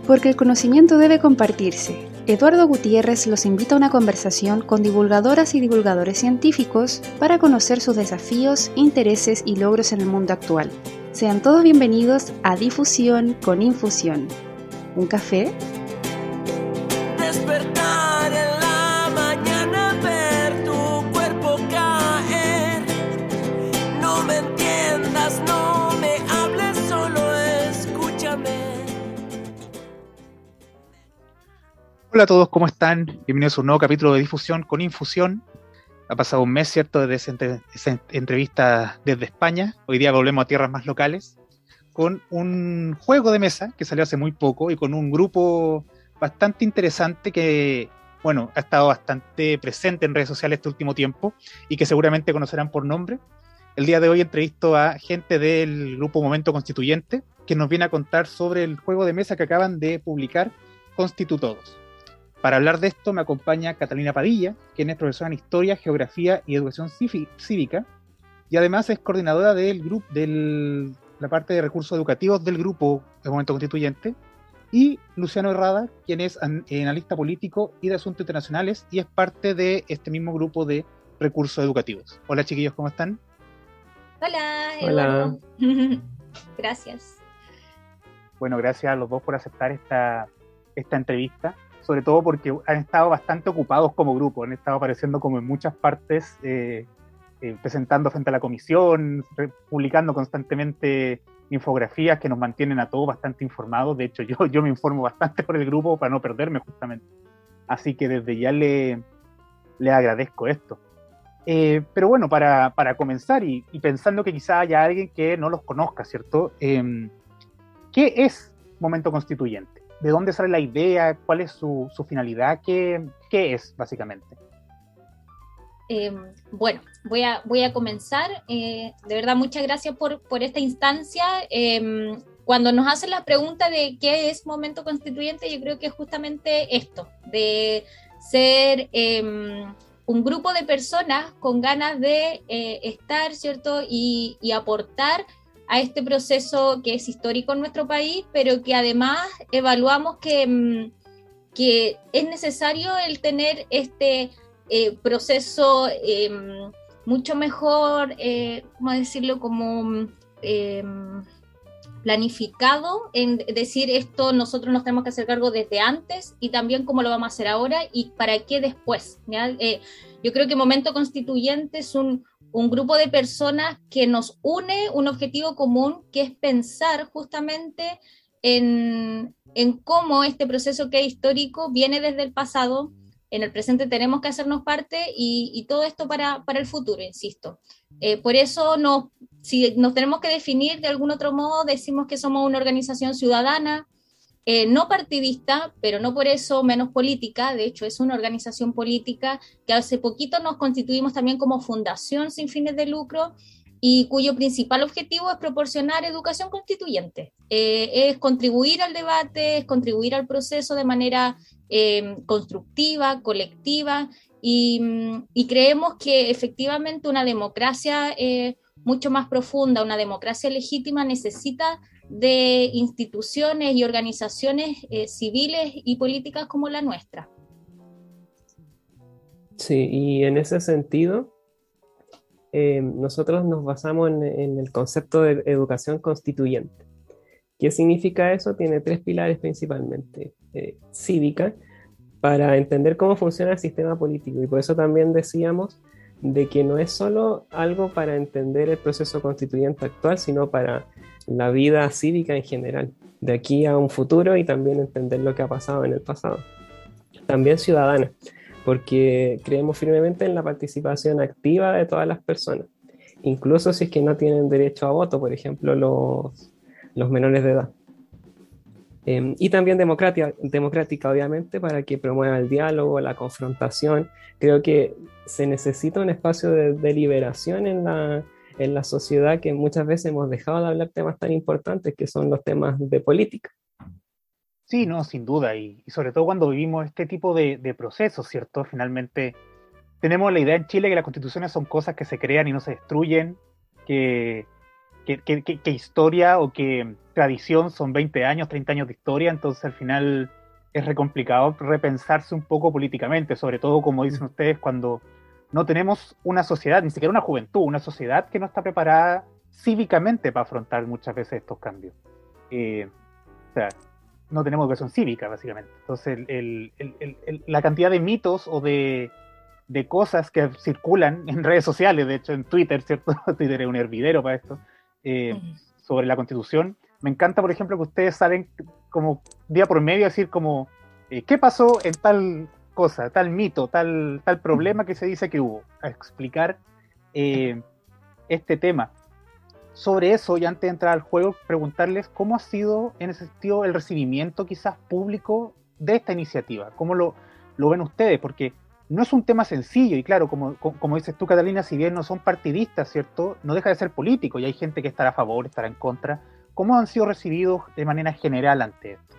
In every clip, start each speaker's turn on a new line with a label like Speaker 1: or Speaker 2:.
Speaker 1: Porque el conocimiento debe compartirse. Eduardo Gutiérrez los invita a una conversación con divulgadoras y divulgadores científicos para conocer sus desafíos, intereses y logros en el mundo actual. Sean todos bienvenidos a Difusión con Infusión. ¿Un café?
Speaker 2: Despertar en la mañana, ver tu cuerpo caer. No me entiendas, no me hables, solo escúchame.
Speaker 3: Hola a todos, ¿cómo están? Bienvenidos a un nuevo capítulo de Difusión con Infusión. Ha pasado un mes, ¿cierto?, desde esa entrevista desde España. Hoy día volvemos a tierras más locales con un juego de mesa que salió hace muy poco y con un grupo bastante interesante que, bueno, ha estado bastante presente en redes sociales este último tiempo y que seguramente conocerán por nombre. El día de hoy entrevisto a gente del grupo Momento Constituyente que nos viene a contar sobre el juego de mesa que acaban de publicar, Constitutodos. Para hablar de esto me acompaña Catalina Padilla, quien es profesora en Historia, Geografía y Educación Cívica, y además es coordinadora del grupo, de la parte de recursos educativos del grupo de Momento Constituyente, y Luciano Herrada, quien es analista político y de asuntos internacionales, y es parte de este mismo grupo de recursos educativos. Hola chiquillos, ¿cómo están?
Speaker 4: Hola, Eduardo. Hola. Gracias.
Speaker 3: Bueno, gracias a los dos por aceptar esta entrevista. Sobre todo porque han estado bastante ocupados como grupo, han estado apareciendo como en muchas partes, presentando frente a la comisión, publicando constantemente infografías que nos mantienen a todos bastante informados. De hecho, yo me informo bastante por el grupo para no perderme justamente. Así que desde ya le agradezco esto. Pero bueno, para comenzar y pensando que quizá haya alguien que no los conozca, ¿cierto? ¿Qué es Momento Constituyente? ¿De dónde sale la idea? ¿Cuál es su finalidad? ¿Qué es, básicamente?
Speaker 4: Bueno, voy a comenzar. De verdad, muchas gracias por esta instancia. Cuando nos hacen la pregunta de qué es Momento Constituyente, yo creo que es justamente esto, de ser un grupo de personas con ganas de estar, ¿cierto? Y aportar a este proceso que es histórico en nuestro país, pero que además evaluamos que es necesario el tener este proceso mucho mejor, ¿cómo decirlo?, como planificado, en decir esto nosotros nos tenemos que hacer cargo desde antes y también cómo lo vamos a hacer ahora y para qué después, ¿ya? Yo creo que Momento Constituyente es un grupo de personas que nos une un objetivo común, que es pensar justamente en cómo este proceso que es histórico viene desde el pasado, en el presente tenemos que hacernos parte y todo esto para el futuro, insisto. Por eso si nos tenemos que definir de algún otro modo, decimos que somos una organización ciudadana, no partidista, pero no por eso menos política. De hecho es una organización política que hace poquito nos constituimos también como fundación sin fines de lucro y cuyo principal objetivo es proporcionar educación constituyente, es contribuir al debate, es contribuir al proceso de manera constructiva, colectiva y creemos que efectivamente una democracia mucho más profunda, una democracia legítima necesita de instituciones y organizaciones civiles y políticas como la nuestra.
Speaker 5: Sí, y en ese sentido, nosotros nos basamos en el concepto de educación constituyente. ¿Qué significa eso? Tiene tres pilares principalmente. Cívica, para entender cómo funciona el sistema político, y por eso también decíamos de que no es solo algo para entender el proceso constituyente actual, sino para la vida cívica en general, de aquí a un futuro y también entender lo que ha pasado en el pasado. También ciudadana, porque creemos firmemente en la participación activa de todas las personas, incluso si es que no tienen derecho a voto, por ejemplo, los menores de edad. Y también democrática, obviamente, para que promueva el diálogo, la confrontación. Creo que se necesita un espacio de deliberación en la sociedad, que muchas veces hemos dejado de hablar temas tan importantes que son los temas de política.
Speaker 3: Sí, no, sin duda, y sobre todo cuando vivimos este tipo de procesos, ¿cierto? Finalmente tenemos la idea en Chile que las constituciones son cosas que se crean y no se destruyen, que qué historia o qué tradición son 20 años, 30 años de historia, entonces al final es re complicado repensarse un poco políticamente, sobre todo como dicen ustedes, cuando no tenemos una sociedad, ni siquiera una juventud, una sociedad que no está preparada cívicamente para afrontar muchas veces estos cambios. O sea, no tenemos educación cívica, básicamente. Entonces, la cantidad de mitos o de cosas que circulan en redes sociales, de hecho en Twitter, ¿cierto? Twitter es un hervidero para esto, sobre la Constitución. Me encanta, por ejemplo, que ustedes salen como día por medio a decir como, ¿qué pasó en tal cosa, tal mito, tal problema que se dice que hubo? A explicar este tema. Sobre eso, y antes de entrar al juego, preguntarles cómo ha sido en ese sentido el recibimiento quizás público de esta iniciativa. ¿Cómo lo ven ustedes? Porque no es un tema sencillo, y claro, como dices tú, Catalina, si bien no son partidistas, ¿cierto? No deja de ser político, y hay gente que estará a favor, estará en contra. ¿Cómo han sido recibidos de manera general ante esto?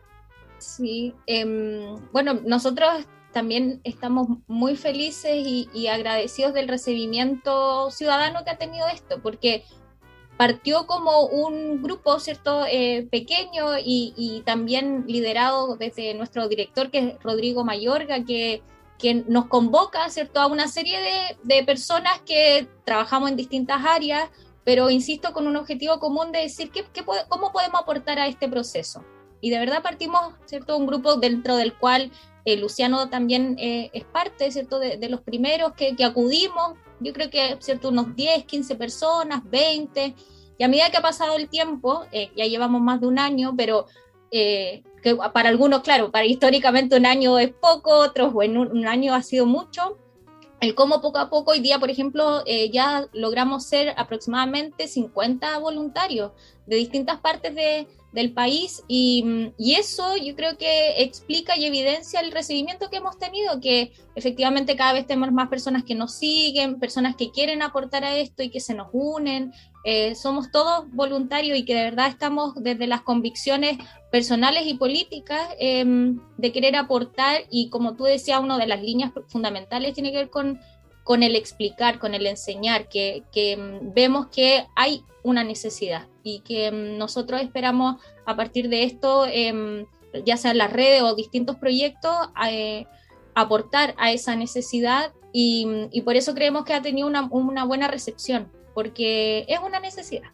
Speaker 4: Sí, bueno, nosotros también estamos muy felices y agradecidos del recibimiento ciudadano que ha tenido esto, porque partió como un grupo, ¿cierto?, pequeño y también liderado desde nuestro director, que es Rodrigo Mayorga, que nos convoca, ¿cierto?, a una serie de personas que trabajamos en distintas áreas, pero insisto, con un objetivo común de decir cómo podemos aportar a este proceso. Y de verdad partimos, ¿cierto?, un grupo dentro del cual Luciano también es parte, ¿cierto?, de los primeros que acudimos. Yo creo que, ¿cierto?, unos 10, 15 personas, 20, y a medida que ha pasado el tiempo, ya llevamos más de un año, pero que para algunos, claro, para históricamente un año es poco, otros, bueno, un año ha sido mucho. El cómo poco a poco, hoy día, por ejemplo, ya logramos ser aproximadamente 50 voluntarios de distintas partes del país y eso yo creo que explica y evidencia el recibimiento que hemos tenido, que efectivamente cada vez tenemos más personas que nos siguen, personas que quieren aportar a esto y que se nos unen. Somos todos voluntarios y que de verdad estamos desde las convicciones personales y políticas de querer aportar, y como tú decías, una de las líneas fundamentales tiene que ver con el explicar, con el enseñar, que vemos que hay una necesidad y que nosotros esperamos a partir de esto, ya sea en las redes o distintos proyectos, aportar a esa necesidad y por eso creemos que ha tenido una buena recepción, porque es una necesidad.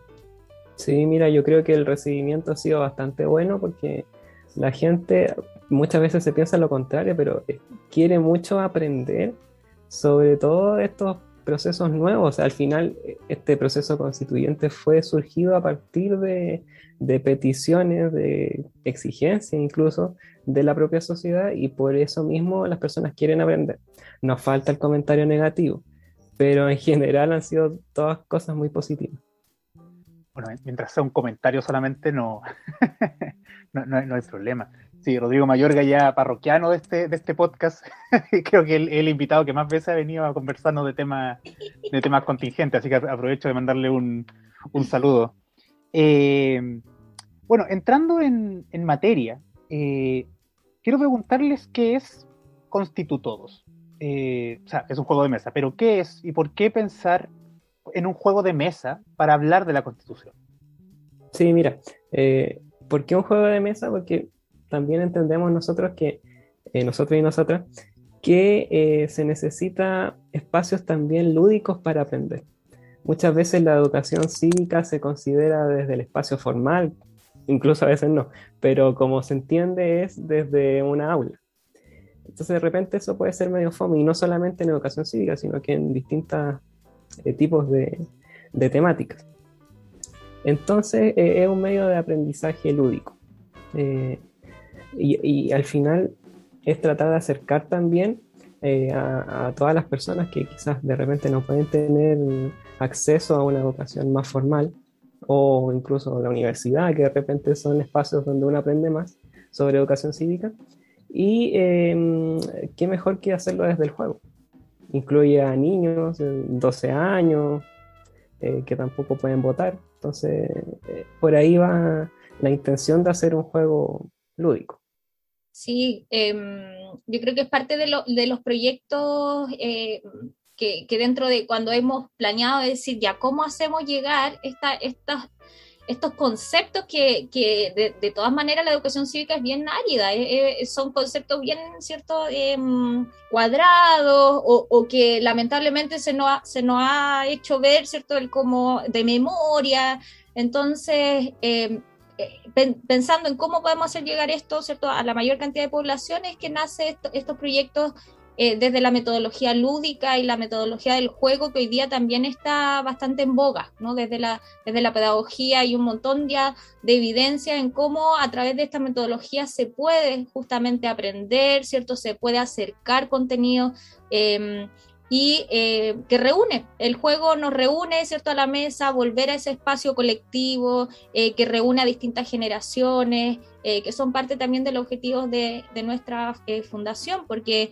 Speaker 5: Sí, mira, yo creo que el recibimiento ha sido bastante bueno porque la gente muchas veces se piensa lo contrario, pero quiere mucho aprender sobre todo estos procesos nuevos. Al final, este proceso constituyente fue surgido a partir de peticiones, de exigencias incluso de la propia sociedad, y por eso mismo las personas quieren aprender. Nos falta el comentario negativo, pero en general han sido todas cosas muy positivas.
Speaker 3: Bueno, mientras sea un comentario solamente, no, no hay problema. Sí, Rodrigo Mayorga, ya parroquiano de este podcast, creo que el invitado que más veces ha venido a conversarnos de temas contingentes, así que aprovecho de mandarle un saludo. Bueno, entrando en materia, quiero preguntarles qué es Constitutodos. O sea, es un juego de mesa, pero ¿qué es y por qué pensar en un juego de mesa para hablar de la Constitución?
Speaker 5: Sí, mira, ¿por qué un juego de mesa? Porque también entendemos nosotros que, nosotros y nosotras, que se necesita espacios también lúdicos para aprender. Muchas veces la educación cívica se considera desde el espacio formal, incluso a veces no, pero como se entiende es desde una aula. Entonces de repente eso puede ser medio fome, y no solamente en educación cívica, sino que en distintos tipos de temáticas. Entonces es un medio de aprendizaje lúdico. Y al final es tratar de acercar también a todas las personas que quizás de repente no pueden tener acceso a una educación más formal, o incluso la universidad, que de repente son espacios donde uno aprende más sobre educación cívica. Y qué mejor que hacerlo desde el juego. Incluye a niños de 12 años que tampoco pueden votar. Entonces, por ahí va la intención de hacer un juego lúdico.
Speaker 4: Sí, yo creo que es parte de los proyectos que dentro de cuando hemos planeado decir ya cómo hacemos llegar estos conceptos que de todas maneras la educación cívica es bien árida, son conceptos bien, ¿cierto?, cuadrados o que lamentablemente se nos ha hecho ver, ¿cierto?, el como de memoria. Entonces, pensando en cómo podemos hacer llegar esto, ¿cierto?, a la mayor cantidad de población, es que nace estos proyectos desde la metodología lúdica y la metodología del juego, que hoy día también está bastante en boga, ¿no? Desde la pedagogía hay un montón ya de evidencia en cómo a través de esta metodología se puede justamente aprender, ¿cierto? Se puede acercar contenido que reúne, el juego nos reúne, ¿cierto?, a la mesa, volver a ese espacio colectivo que reúne a distintas generaciones, que son parte también de los objetivos de nuestra fundación, porque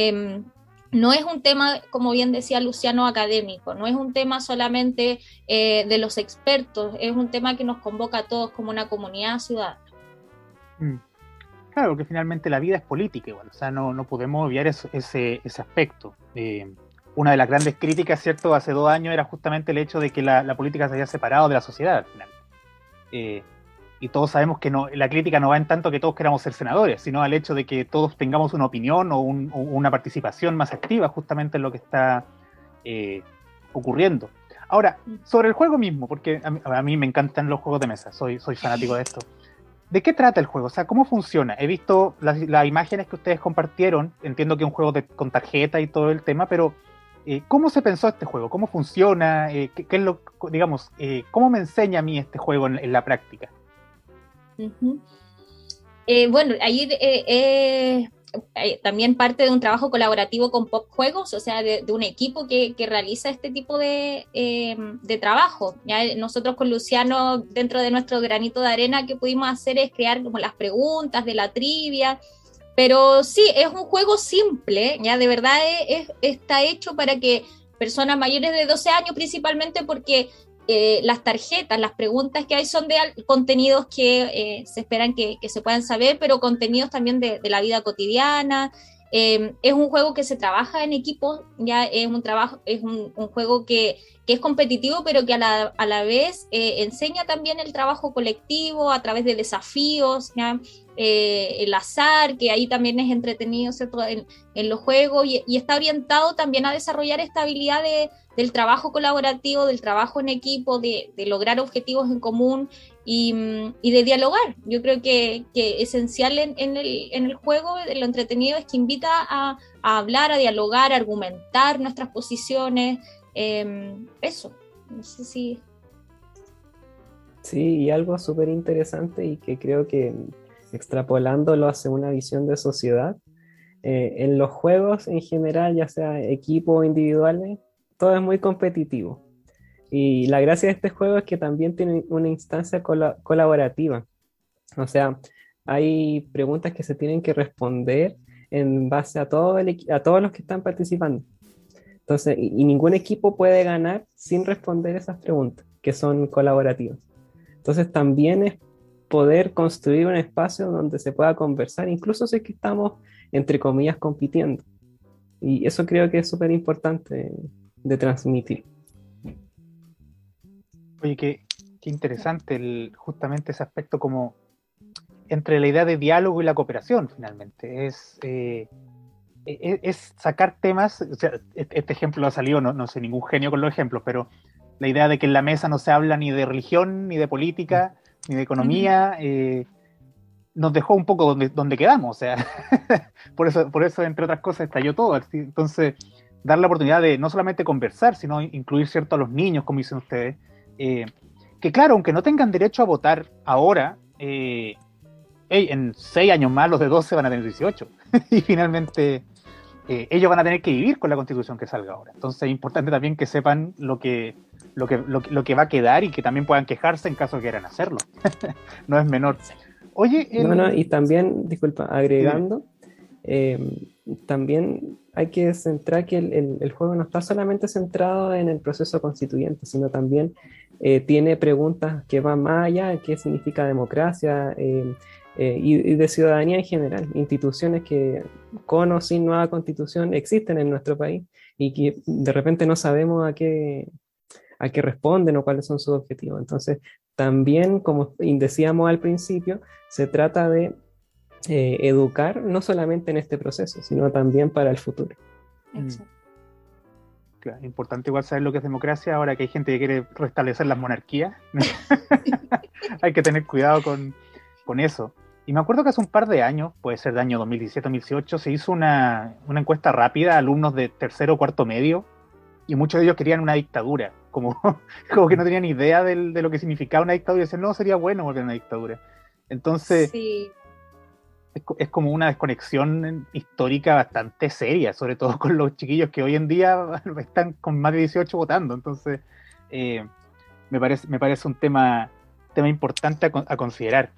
Speaker 4: no es un tema, como bien decía Luciano, académico, no es un tema solamente de los expertos, es un tema que nos convoca a todos como una comunidad ciudadana.
Speaker 3: Claro, que finalmente la vida es política igual, o sea, no podemos obviar ese aspecto. Una de las grandes críticas, ¿cierto?, hace 2 años era justamente el hecho de que la política se había separado de la sociedad al final. Y todos sabemos que la crítica no va en tanto que todos queramos ser senadores, sino al hecho de que todos tengamos una opinión o una participación más activa justamente en lo que está ocurriendo. Ahora, sobre el juego mismo, porque a mí me encantan los juegos de mesa, soy fanático de esto. ¿De qué trata el juego? O sea, ¿cómo funciona? He visto las imágenes que ustedes compartieron, entiendo que es un juego con tarjeta y todo el tema, pero ¿cómo se pensó este juego? ¿Cómo funciona? ¿Qué es lo, digamos, cómo me enseña a mí este juego en la práctica?
Speaker 4: Uh-huh. Bueno, ahí también parte de un trabajo colaborativo con Pop Juegos, o sea, de un equipo que realiza este tipo de trabajo. ¿Ya? Nosotros con Luciano, dentro de nuestro granito de arena, que pudimos hacer es crear como las preguntas de la trivia, pero sí, es un juego simple, ya de verdad está hecho para que personas mayores de 12 años, principalmente porque las tarjetas, las preguntas que hay son de contenidos que se esperan que se puedan saber, pero contenidos también de la vida cotidiana. Es un juego que se trabaja en equipo, ya es un juego que es competitivo, pero que a la vez enseña también el trabajo colectivo a través de desafíos, ¿ya? El azar, que ahí también es entretenido, ¿cierto?, en los juegos, y está orientado también a desarrollar esta habilidad del trabajo colaborativo, del trabajo en equipo, de lograr objetivos en común y de dialogar. Yo creo que esencial en el juego, lo entretenido, es que invita a hablar, a dialogar, a argumentar nuestras posiciones. Eso, no sé si...
Speaker 5: Sí, y algo súper interesante y que creo que extrapolándolo hacia una visión de sociedad, en los juegos en general, ya sea equipo o individuales, todo es muy competitivo. Y la gracia de este juego es que también tiene una instancia colaborativa. O sea, hay preguntas que se tienen que responder en base a todos los que están participando. Entonces, y ningún equipo puede ganar sin responder esas preguntas, que son colaborativas. Entonces, también es poder construir un espacio donde se pueda conversar, incluso si es que estamos, entre comillas, compitiendo. Y eso creo que es súper importante de transmitir.
Speaker 3: Oye, qué interesante justamente ese aspecto como entre la idea de diálogo y la cooperación, finalmente. Es sacar temas, o sea, este ejemplo ha salido, no soy ningún genio con los ejemplos, pero la idea de que en la mesa no se habla ni de religión, ni de política, ni de economía, nos dejó un poco donde quedamos, o sea, por eso, entre otras cosas, estalló todo. Entonces, dar la oportunidad de no solamente conversar, sino incluir, ¿cierto?, a los niños, como dicen ustedes, que claro, aunque no tengan derecho a votar ahora, en 6 años más los de 12 van a tener 18, y finalmente ellos van a tener que vivir con la constitución que salga ahora. Entonces es importante también que sepan lo que va a quedar y que también puedan quejarse en caso de quieran hacerlo. No es menor. Oye,
Speaker 5: y también, disculpa, agregando, también hay que centrar que el juego no está solamente centrado en el proceso constituyente, sino también tiene preguntas que van más allá, qué significa democracia, y de ciudadanía en general, instituciones que con o sin nueva constitución existen en nuestro país y que de repente no sabemos a qué responden o cuáles son sus objetivos. Entonces, también, como decíamos al principio, se trata de educar no solamente en este proceso, sino también para el futuro.
Speaker 4: Exacto.
Speaker 3: Claro, importante igual saber lo que es democracia, ahora que hay gente que quiere restablecer las monarquías. Hay que tener cuidado con eso. Y me acuerdo que hace un par de años, puede ser de año 2017-2018, se hizo una encuesta rápida a alumnos de tercero o cuarto medio, y muchos de ellos querían una dictadura, como que no tenían idea de lo que significaba una dictadura, y decían, no, sería bueno volver a una dictadura. Entonces,
Speaker 4: Sí.
Speaker 3: es como una desconexión histórica bastante seria, sobre todo con los chiquillos que hoy en día están con más de 18 votando. Entonces, me parece un tema importante a considerar.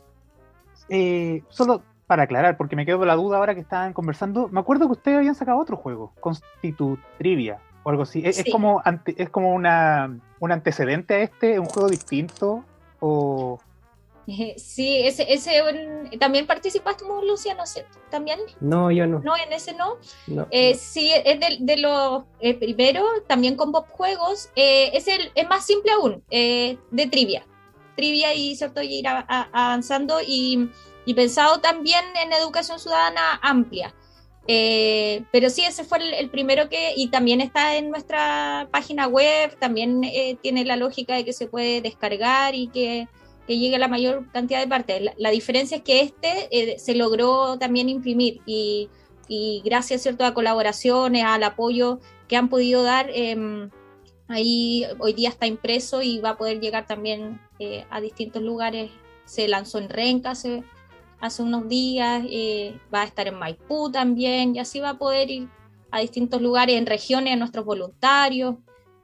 Speaker 3: Solo para aclarar, porque me quedo la duda ahora que estaban conversando, me acuerdo que ustedes habían sacado otro juego, Constitutrivia o algo así. Es
Speaker 4: Sí.
Speaker 3: como un antecedente a este, un juego distinto, o...
Speaker 4: Sí, ese también participaste, Luciano, ¿cierto? ¿También?
Speaker 5: No, yo no.
Speaker 4: No, en ese no.
Speaker 5: No.
Speaker 4: Sí, es de los primero, también con Bob Juegos. Es más simple aún, de trivia. Trivia y, ¿cierto? Y ir avanzando y pensado también en educación ciudadana amplia. Pero sí, ese fue el primero y también está en nuestra página web, también tiene la lógica de que se puede descargar y que llegue a la mayor cantidad de partes. La diferencia es que se logró también imprimir y gracias, ¿cierto?, a colaboraciones, al apoyo que han podido dar, ahí hoy día está impreso y va a poder llegar también a distintos lugares. Se lanzó en Renca hace unos días, va a estar en Maipú también, y así va a poder ir a distintos lugares, en regiones, a nuestros voluntarios.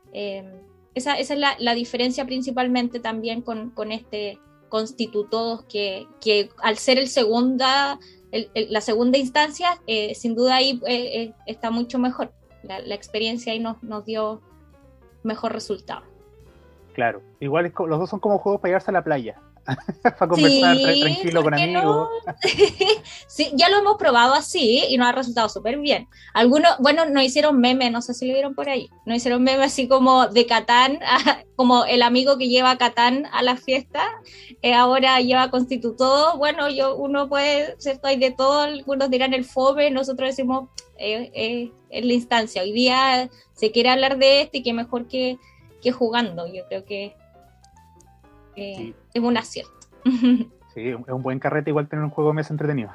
Speaker 4: Esa es la diferencia principalmente también con este Constitutodos, que al ser la segunda instancia, sin duda ahí está mucho mejor. La experiencia ahí nos dio mejor resultado.
Speaker 3: Claro, igual los dos son como juegos para llevarse a la playa, para conversar
Speaker 4: Sí,
Speaker 3: tranquilo con
Speaker 4: ¿por qué
Speaker 3: amigos.
Speaker 4: no? Sí, ya lo hemos probado así y nos ha resultado súper bien. Algunos, bueno, nos hicieron memes, no sé si lo vieron por ahí. Nos hicieron memes así como de Catán, como el amigo que lleva Catán a la fiesta, ahora lleva Constituto. Bueno, uno puede, ¿cierto? Hay de todo, algunos dirán el FOBE, nosotros decimos en la instancia. Hoy día se quiere hablar de y que mejor que jugando. Yo creo que
Speaker 3: Sí.
Speaker 4: es un acierto.
Speaker 3: Sí, es un buen carrete igual tener un juego de mesa entretenido.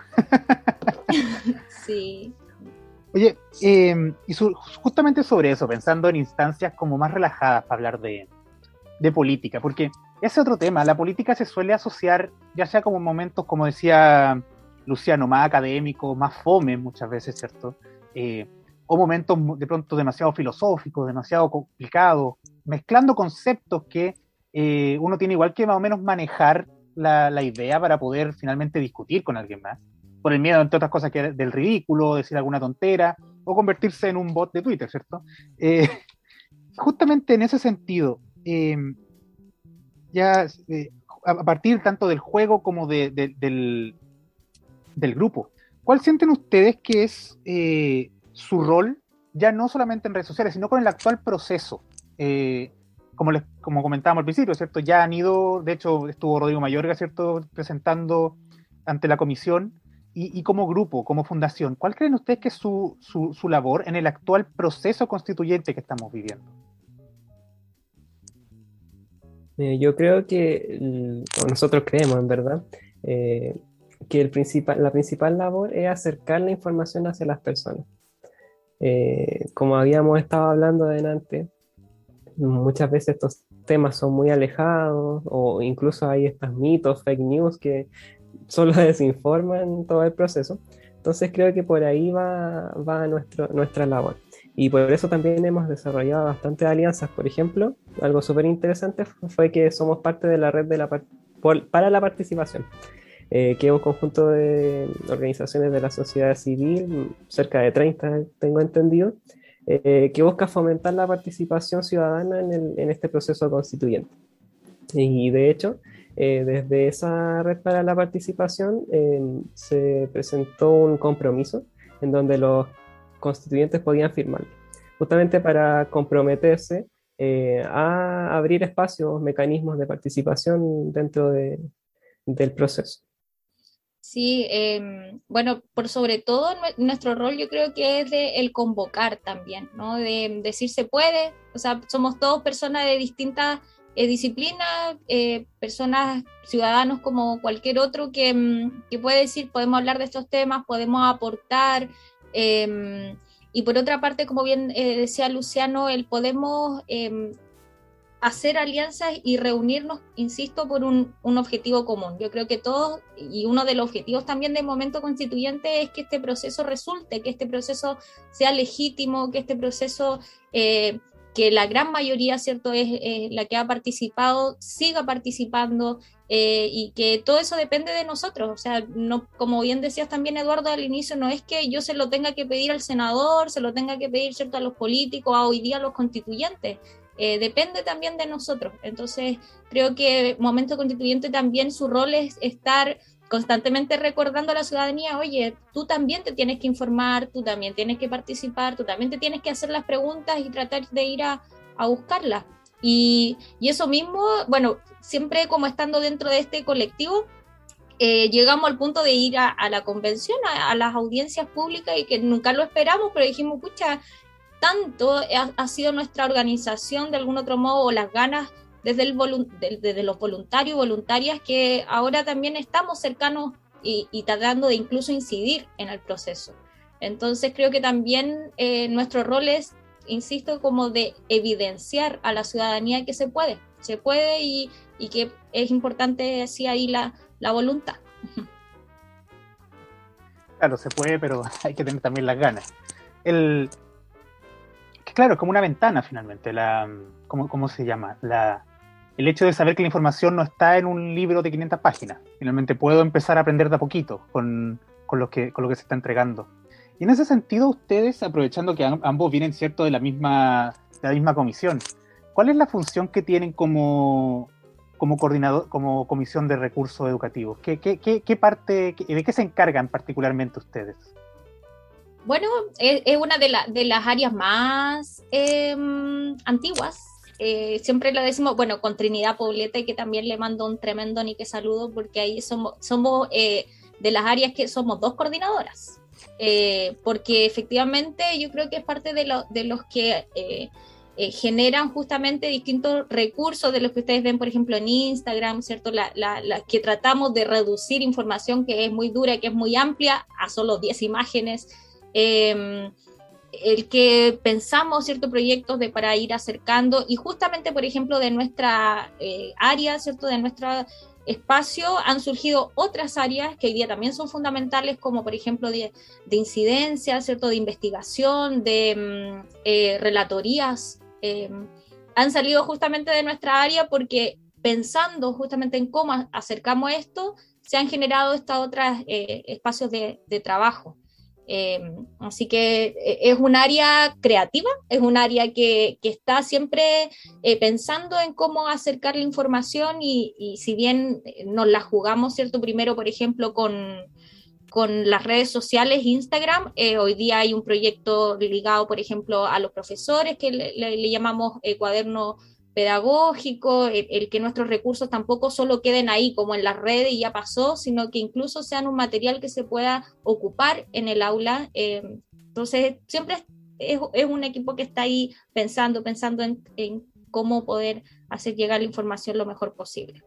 Speaker 4: Sí.
Speaker 3: Oye, y justamente sobre eso, pensando en instancias como más relajadas para hablar de política, porque ese otro tema, la política se suele asociar, ya sea como momentos, como decía Luciano, más académicos, más fome muchas veces, ¿cierto? O momentos de pronto demasiado filosóficos, demasiado complicados, mezclando conceptos que uno tiene igual que más o menos manejar la idea para poder finalmente discutir con alguien más, por el miedo, entre otras cosas, del ridículo, decir alguna tontera, o convertirse en un bot de Twitter, ¿cierto? Justamente en ese sentido, ya a partir tanto del juego como del grupo, ¿cuál sienten ustedes que es su rol, ya no solamente en redes sociales, sino con el actual proceso? Como comentábamos al principio, ¿cierto? Ya han ido, de hecho estuvo Rodrigo Mayorga, ¿cierto?, presentando ante la comisión, y como grupo, como fundación, ¿cuál creen ustedes que es su labor en el actual proceso constituyente que estamos viviendo?
Speaker 5: Yo creo que, o nosotros creemos en verdad, que la principal labor es acercar la información hacia las personas. Como habíamos estado hablando adelante, muchas veces estos temas son muy alejados, o incluso hay estos mitos, fake news que solo desinforman todo el proceso. Entonces creo que por ahí va nuestra labor. Y por eso también hemos desarrollado bastantes alianzas. Por ejemplo, algo súper interesante fue que somos parte de la red para la participación, que es un conjunto de organizaciones de la sociedad civil, cerca de 30 tengo entendido, que busca fomentar la participación ciudadana en este proceso constituyente. Y de hecho, desde esa red para la participación se presentó un compromiso en donde los constituyentes podían firmarlo. justamente para comprometerse a abrir espacios, mecanismos de participación dentro del proceso.
Speaker 4: Sí, bueno, por sobre todo nuestro rol yo creo que es de el convocar también, ¿no? De decir se puede, o sea, somos todos personas de distintas disciplinas, personas, ciudadanos como cualquier otro que puede decir podemos hablar de estos temas, podemos aportar, y por otra parte, como bien decía Luciano, el podemos hacer alianzas y reunirnos, insisto, por un objetivo común. Yo creo que todos, y uno de los objetivos también del momento constituyente es que este proceso resulte, que este proceso sea legítimo, que este proceso, que la gran mayoría, ¿cierto?, es la que ha participado, siga participando, y que todo eso depende de nosotros. O sea, no, como bien decías también, Eduardo, al inicio, no es que yo se lo tenga que pedir al senador, se lo tenga que pedir, ¿cierto?, a los políticos, a hoy día a los constituyentes. Depende también de nosotros. Entonces, creo que Momento Constituyente también su rol es estar constantemente recordando a la ciudadanía, oye, tú también te tienes que informar, tú también tienes que participar, tú también te tienes que hacer las preguntas y tratar de ir a buscarlas. Y eso mismo, bueno, siempre como estando dentro de este colectivo, llegamos al punto de ir a la convención, a las audiencias públicas, y que nunca lo esperamos, pero dijimos, pucha, tanto ha sido nuestra organización de algún otro modo, o las ganas desde los voluntarios y voluntarias, que ahora también estamos cercanos y tratando de incluso incidir en el proceso. Entonces creo que también nuestro rol es, insisto, como de evidenciar a la ciudadanía que se puede y que es importante así ahí la voluntad.
Speaker 3: Claro, se puede, pero hay que tener también las ganas. Claro, es como una ventana finalmente, ¿cómo se llama? El hecho de saber que la información no está en un libro de 500 páginas. Finalmente puedo empezar a aprender de a poquito con lo que se está entregando. Y en ese sentido, ustedes, aprovechando que ambos vienen, ¿cierto?, de la misma comisión, ¿cuál es la función que tienen como coordinador, como comisión de recursos educativos? ¿Qué parte, de qué se encargan particularmente ustedes?
Speaker 4: Bueno, es una de las áreas más antiguas. Siempre lo decimos, bueno, con Trinidad Poblete, que también le mando un tremendo ni que saludo, porque ahí somos de las áreas que somos dos coordinadoras. Porque efectivamente yo creo que es parte de los que generan justamente distintos recursos de los que ustedes ven, por ejemplo, en Instagram, ¿cierto? Que tratamos de reducir información que es muy dura, que es muy amplia, a solo 10 imágenes. El que pensamos ciertos proyectos para ir acercando, y justamente, por ejemplo, de nuestra área, ¿cierto?, de nuestro espacio, han surgido otras áreas que hoy día también son fundamentales, como por ejemplo de incidencia, ¿cierto?, de investigación, de relatorías. Han salido justamente de nuestra área porque, pensando justamente en cómo acercamos esto, se han generado estos otros espacios de trabajo. Así que es un área creativa, es un área que está siempre pensando en cómo acercar la información, y si bien nos la jugamos, ¿cierto?, primero, por ejemplo, con las redes sociales, Instagram, hoy día hay un proyecto ligado, por ejemplo, a los profesores, que le llamamos cuaderno pedagógico, el que nuestros recursos tampoco solo queden ahí como en las redes y ya pasó, sino que incluso sean un material que se pueda ocupar en el aula. Entonces, siempre es un equipo que está ahí pensando en cómo poder hacer llegar la información lo mejor posible.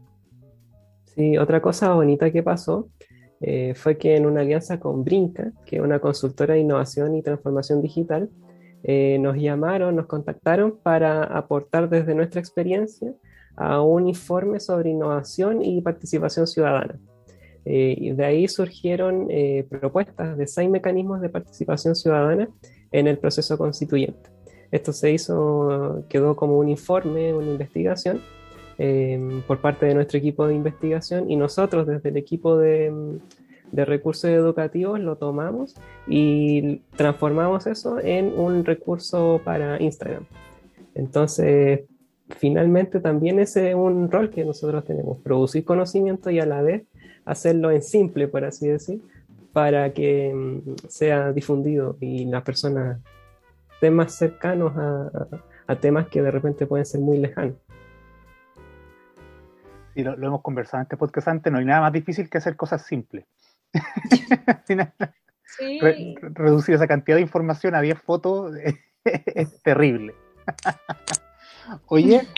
Speaker 5: Sí, otra cosa bonita que pasó fue que en una alianza con Brinca, que es una consultora de innovación y transformación digital, nos llamaron, nos contactaron para aportar desde nuestra experiencia a un informe sobre innovación y participación ciudadana. Y de ahí surgieron propuestas de 6 mecanismos de participación ciudadana en el proceso constituyente. Esto quedó como un informe, una investigación por parte de nuestro equipo de investigación, y nosotros desde el equipo de recursos educativos lo tomamos y transformamos eso en un recurso para Instagram. Entonces, finalmente también ese es un rol que nosotros tenemos, producir conocimiento y a la vez hacerlo en simple, por así decir, para que sea difundido y las personas temas cercanos a temas que de repente pueden ser muy lejanos.
Speaker 3: Y lo hemos conversado en este podcast antes, no hay nada más difícil que hacer cosas simples.
Speaker 4: Sí.
Speaker 3: Reducir esa cantidad de información a 10 fotos es terrible. Oye,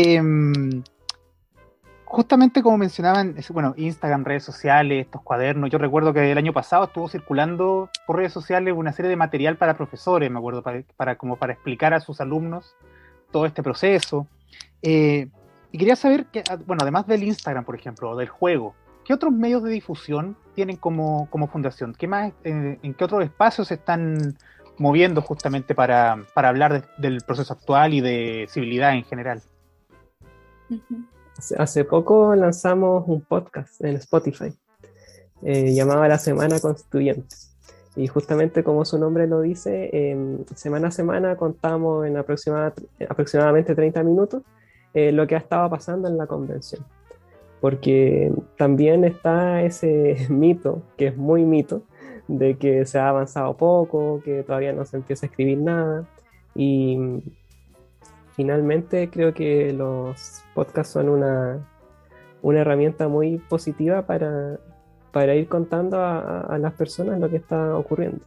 Speaker 3: justamente como mencionaban, bueno, Instagram, redes sociales, estos cuadernos, yo recuerdo que el año pasado estuvo circulando por redes sociales una serie de material para profesores, me acuerdo, como para explicar a sus alumnos todo este proceso. Y quería saber, bueno, además del Instagram, por ejemplo, o del juego, ¿qué otros medios de difusión tienen como fundación? ¿Qué más, en qué otros espacios se están moviendo justamente para hablar del proceso actual y de civilidad en general?
Speaker 4: Uh-huh.
Speaker 5: Hace poco lanzamos un podcast en Spotify llamado La Semana Constituyente. Y justamente como su nombre lo dice, semana a semana contamos en aproximadamente 30 minutos lo que ha estado pasando en la convención. Porque también está ese mito, que es muy mito, de que se ha avanzado poco, que todavía no se empieza a escribir nada. Y finalmente creo que los podcasts son una herramienta muy positiva para ir contando a las personas lo que está ocurriendo.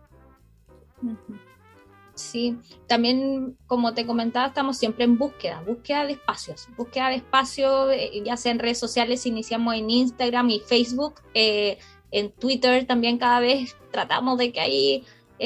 Speaker 4: Sí, también como te comentaba, estamos siempre en búsqueda de espacios, ya sea en redes sociales, iniciamos en Instagram y Facebook, en Twitter también cada vez tratamos de que ahí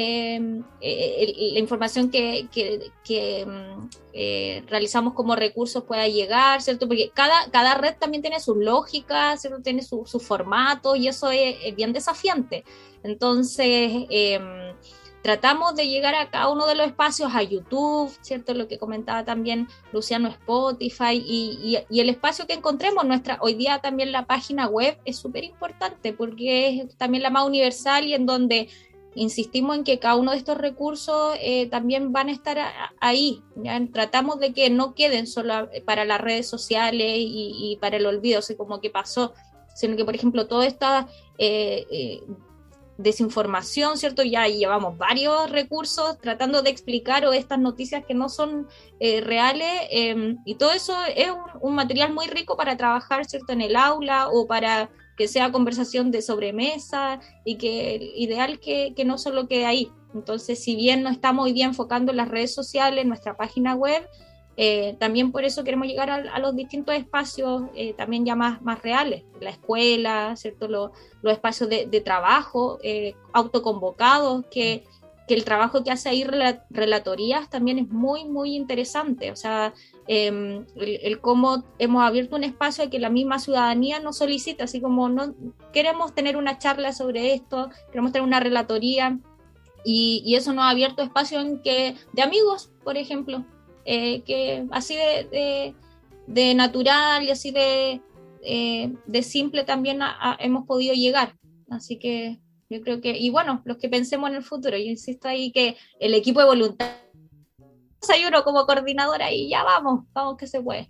Speaker 4: la información que realizamos como recursos pueda llegar, ¿cierto? Porque cada red también tiene su lógica, ¿cierto? Tiene su formato y eso es bien desafiante. Entonces, tratamos de llegar a cada uno de los espacios, a YouTube, ¿cierto? Lo que comentaba también Luciano, Spotify, y el espacio que encontremos. Hoy día también la página web es súper importante porque es también la más universal y en donde insistimos en que cada uno de estos recursos también van a estar ahí. ¿Ya? Tratamos de que no queden solo para las redes sociales y para el olvido, o sea, como que pasó, sino que, por ejemplo, toda esta desinformación, ¿cierto? Ya llevamos varios recursos tratando de explicar o estas noticias que no son reales, y todo eso es un material muy rico para trabajar, ¿cierto? En el aula o para que sea conversación de sobremesa y que ideal que no solo quede ahí. Entonces, si bien no estamos hoy día enfocando en las redes sociales, nuestra página web, también por eso queremos llegar a los distintos espacios también ya más reales, la escuela, ¿cierto? Los espacios de trabajo, autoconvocados, que el trabajo que hace ahí relatorías también es muy, muy interesante. O sea, el cómo hemos abierto un espacio que la misma ciudadanía nos solicita, así como no queremos tener una charla sobre esto, queremos tener una relatoría, y eso nos ha abierto espacio de amigos, por ejemplo, que así de natural y así de simple también hemos podido llegar. Así que yo creo que, y bueno, los que pensemos en el futuro, yo insisto ahí que el equipo de voluntarios, hay uno como coordinadora y ya vamos que se puede.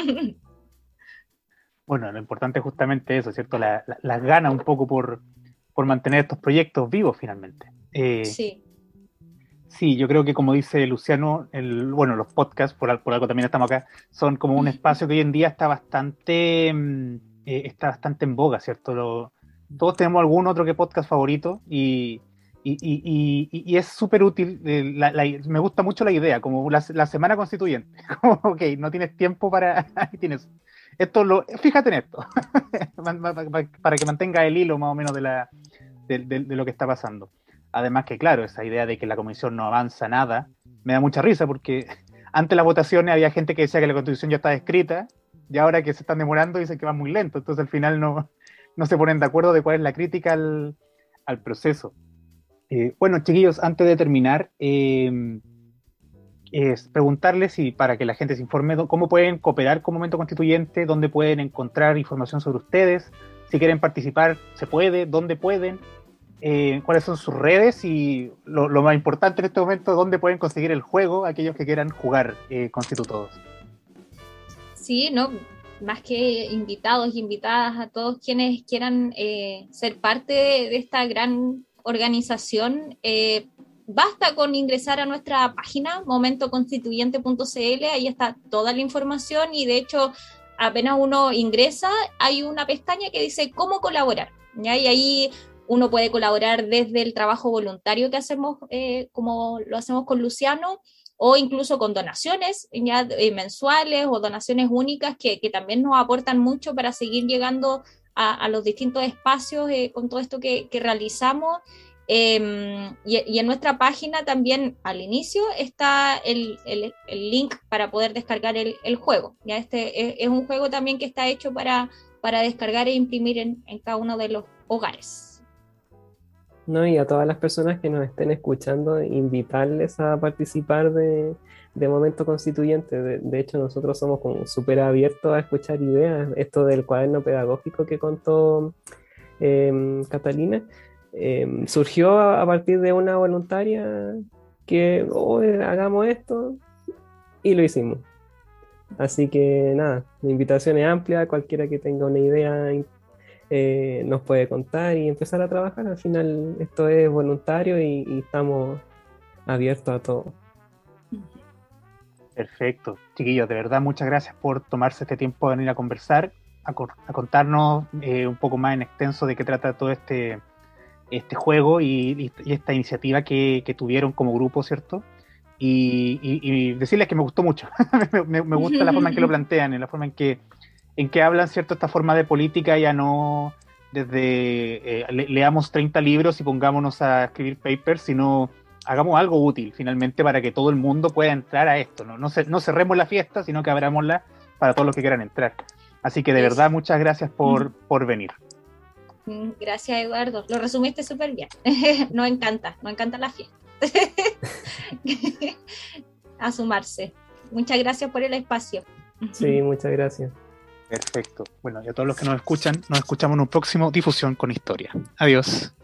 Speaker 3: Bueno, lo importante es justamente eso, ¿cierto? Las ganas un poco por mantener estos proyectos vivos finalmente.
Speaker 4: Sí.
Speaker 3: Sí, yo creo que como dice Luciano, los podcasts, por algo también estamos acá, son como un espacio que hoy en día está bastante en boga, ¿cierto? Todos tenemos algún otro que podcast favorito y es súper útil. Me gusta mucho la idea, como la semana constituyente. Como, ok, no tienes tiempo para... tienes fíjate en esto, para que mantenga el hilo más o menos de lo que está pasando. Además que, claro, esa idea de que la comisión no avanza nada, me da mucha risa porque antes de las votaciones había gente que decía que la constitución ya estaba escrita y ahora que se están demorando dicen que va muy lento, entonces al final no se ponen de acuerdo de cuál es la crítica al proceso. Bueno, chiquillos, antes de terminar, es preguntarles, y para que la gente se informe, cómo pueden cooperar con Momento Constituyente, dónde pueden encontrar información sobre ustedes, si quieren participar, se puede, dónde pueden. Cuáles son sus redes y lo más importante en este momento, dónde pueden conseguir el juego aquellos que quieran jugar Constitutodos.
Speaker 4: Sí, no, más que invitados y invitadas a todos quienes quieran ser parte de esta gran organización, basta con ingresar a nuestra página momentoconstituyente.cl, ahí está toda la información y de hecho apenas uno ingresa hay una pestaña que dice cómo colaborar, ¿ya? Y ahí uno puede colaborar desde el trabajo voluntario que hacemos, como lo hacemos con Luciano, o incluso con donaciones ya, mensuales o donaciones únicas que también nos aportan mucho para seguir llegando a los distintos espacios con todo esto que realizamos. Y en nuestra página también al inicio está el link para poder descargar el juego. ¿Ya? Este es un juego también que está hecho para descargar e imprimir en cada uno de los hogares.
Speaker 5: No, y a todas las personas que nos estén escuchando, invitarles a participar de Momento Constituyente. De hecho, nosotros somos como súper abiertos a escuchar ideas. Esto del cuaderno pedagógico que contó Catalina, surgió a partir de una voluntaria que hagamos esto y lo hicimos. Así que nada, la invitación es amplia, cualquiera que tenga una idea nos puede contar y empezar a trabajar. Al final esto es voluntario y estamos abiertos a todo.
Speaker 3: Perfecto. Chiquillos, de verdad muchas gracias por tomarse este tiempo de venir a conversar, a contarnos un poco más en extenso de qué trata todo este juego y esta iniciativa que tuvieron como grupo, ¿cierto? Y decirles que me gustó mucho. me gusta la forma en que lo plantean, en la forma en que hablan, ¿cierto? Esta forma de política ya no desde leamos 30 libros y pongámonos a escribir papers, sino hagamos algo útil finalmente para que todo el mundo pueda entrar a esto, ¿no? No cerremos la fiesta, sino que abrámosla para todos los que quieran entrar. Así que de verdad muchas gracias por venir.
Speaker 4: Gracias, Eduardo. Lo resumiste súper bien. Nos encanta la fiesta. A sumarse. Muchas gracias por el espacio.
Speaker 5: Sí, muchas gracias.
Speaker 3: Perfecto. Bueno, y a todos los que nos escuchan, nos escuchamos en un próximo Difusión con Historia. Adiós.